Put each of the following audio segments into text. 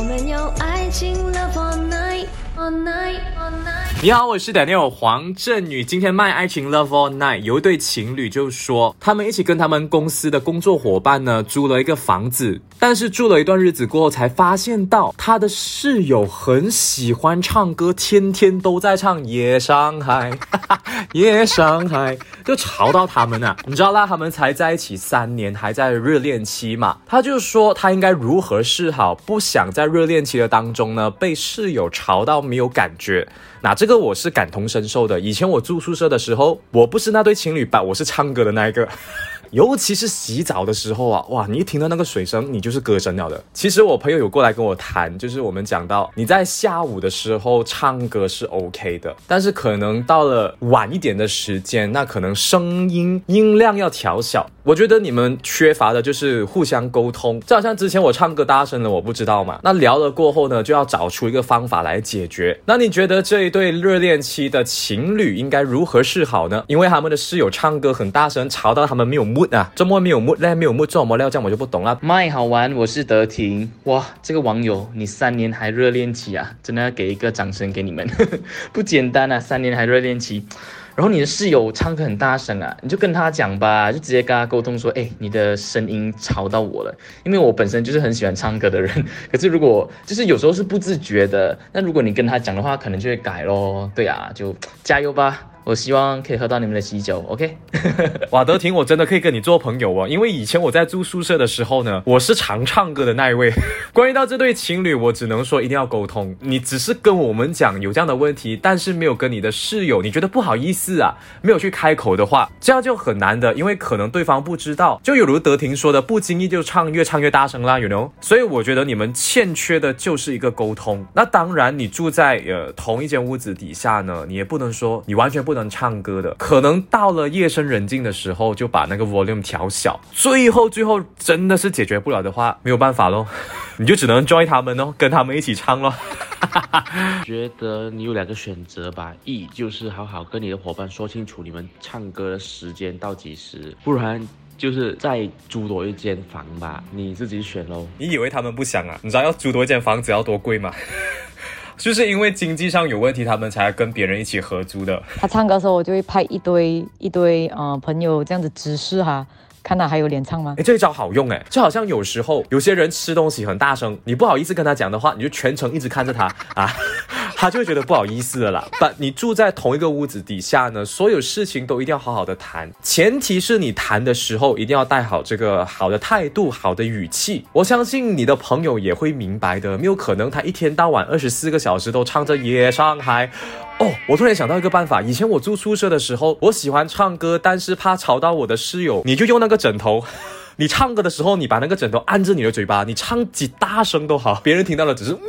我们有爱情 Love all night all night all night。 你好，我是 Daniel 黄振宇。今天卖爱情 Love all night， 有一对情侣就说他们一起跟他们公司的工作伙伴呢租了一个房子，但是住了一段日子过后才发现到他的室友很喜欢唱歌，天天都在唱夜上海夜上海，就吵到他们啊。你知道啦，他们才在一起3年，还在热恋期嘛。他就说他应该如何是好，不想在热恋期的当中呢被室友吵到没有感觉。那这个我是感同身受的，以前我住宿舍的时候，我不是那对情侣吧，我是唱歌的那一个尤其是洗澡的时候啊，哇，你一听到那个水声，你就是歌神了的。其实我朋友有过来跟我谈，就是我们讲到你在下午的时候唱歌是 OK 的，但是可能到了晚一点的时间，那可能声音量要调小。我觉得你们缺乏的就是互相沟通，就好像之前我唱歌大声了，我不知道嘛，那聊了过后呢，就要找出一个方法来解决。那你觉得这一对热恋期的情侣应该如何是好呢？因为他们的室友唱歌很大声，吵到他们没有mood啊，周末没有mood嘞，没有mood做什么料，这样我就不懂了。 麦好玩，我是德婷。哇，这个网友你3年还热恋期啊，真的要给一个掌声给你们不简单啊，3年还热恋期。然后你的室友唱歌很大声啊，你就跟他讲吧，就直接跟他沟通说，你的声音吵到我了。因为我本身就是很喜欢唱歌的人，可是如果就是有时候是不自觉的，那如果你跟他讲的话，可能就会改咯。对啊，就加油吧。我希望可以喝到你们的喜酒 ，OK？ 哇，德婷，我真的可以跟你做朋友哦，因为以前我在住宿舍的时候呢，我是常唱歌的那一位。关于到这对情侣，我只能说一定要沟通。你只是跟我们讲有这样的问题，但是没有跟你的室友，你觉得不好意思啊，没有去开口的话，这样就很难的，因为可能对方不知道。就有如德婷说的，不经意就越唱越大声啦 ，you know？ 所以我觉得你们欠缺的就是一个沟通。那当然，你住在同一间屋子底下呢，你也不能说你完全不能唱歌的，可能到了夜深人静的时候就把那个 volume 调小，最后真的是解决不了的话，没有办法咯，你就只能 join 他们咯，跟他们一起唱咯。 觉得你有2个选择吧，一就是好好跟你的伙伴说清楚你们唱歌的时间到几时，不然就是再租多一间房吧，你自己选咯。 你以为他们不想啊？你知道要租多一间房子要多贵吗？就是因为经济上有问题，他们才跟别人一起合租的。 他唱歌的时候，我就会派一堆朋友这样子指示他，看他还有脸唱吗？ 这一招好用就好像有时候有些人吃东西很大声，你不好意思跟他讲的话，你就全程一直看着他啊，他就会觉得不好意思了啦。但你住在同一个屋子底下呢，所有事情都一定要好好的谈，前提是你谈的时候一定要带好这个好的态度、好的语气。我相信你的朋友也会明白的，没有可能他一天到晚24个小时都唱着夜上海。我突然想到一个办法，以前我住宿舍的时候，我喜欢唱歌，但是怕吵到我的室友，你就用那个枕头。你唱歌的时候，你把那个枕头按着你的嘴巴，你唱几大声都好，别人听到了只是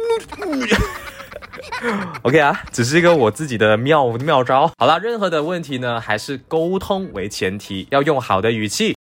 OK 啊，只是一个我自己的妙招。好啦，任何的问题呢，还是沟通为前提，要用好的语气，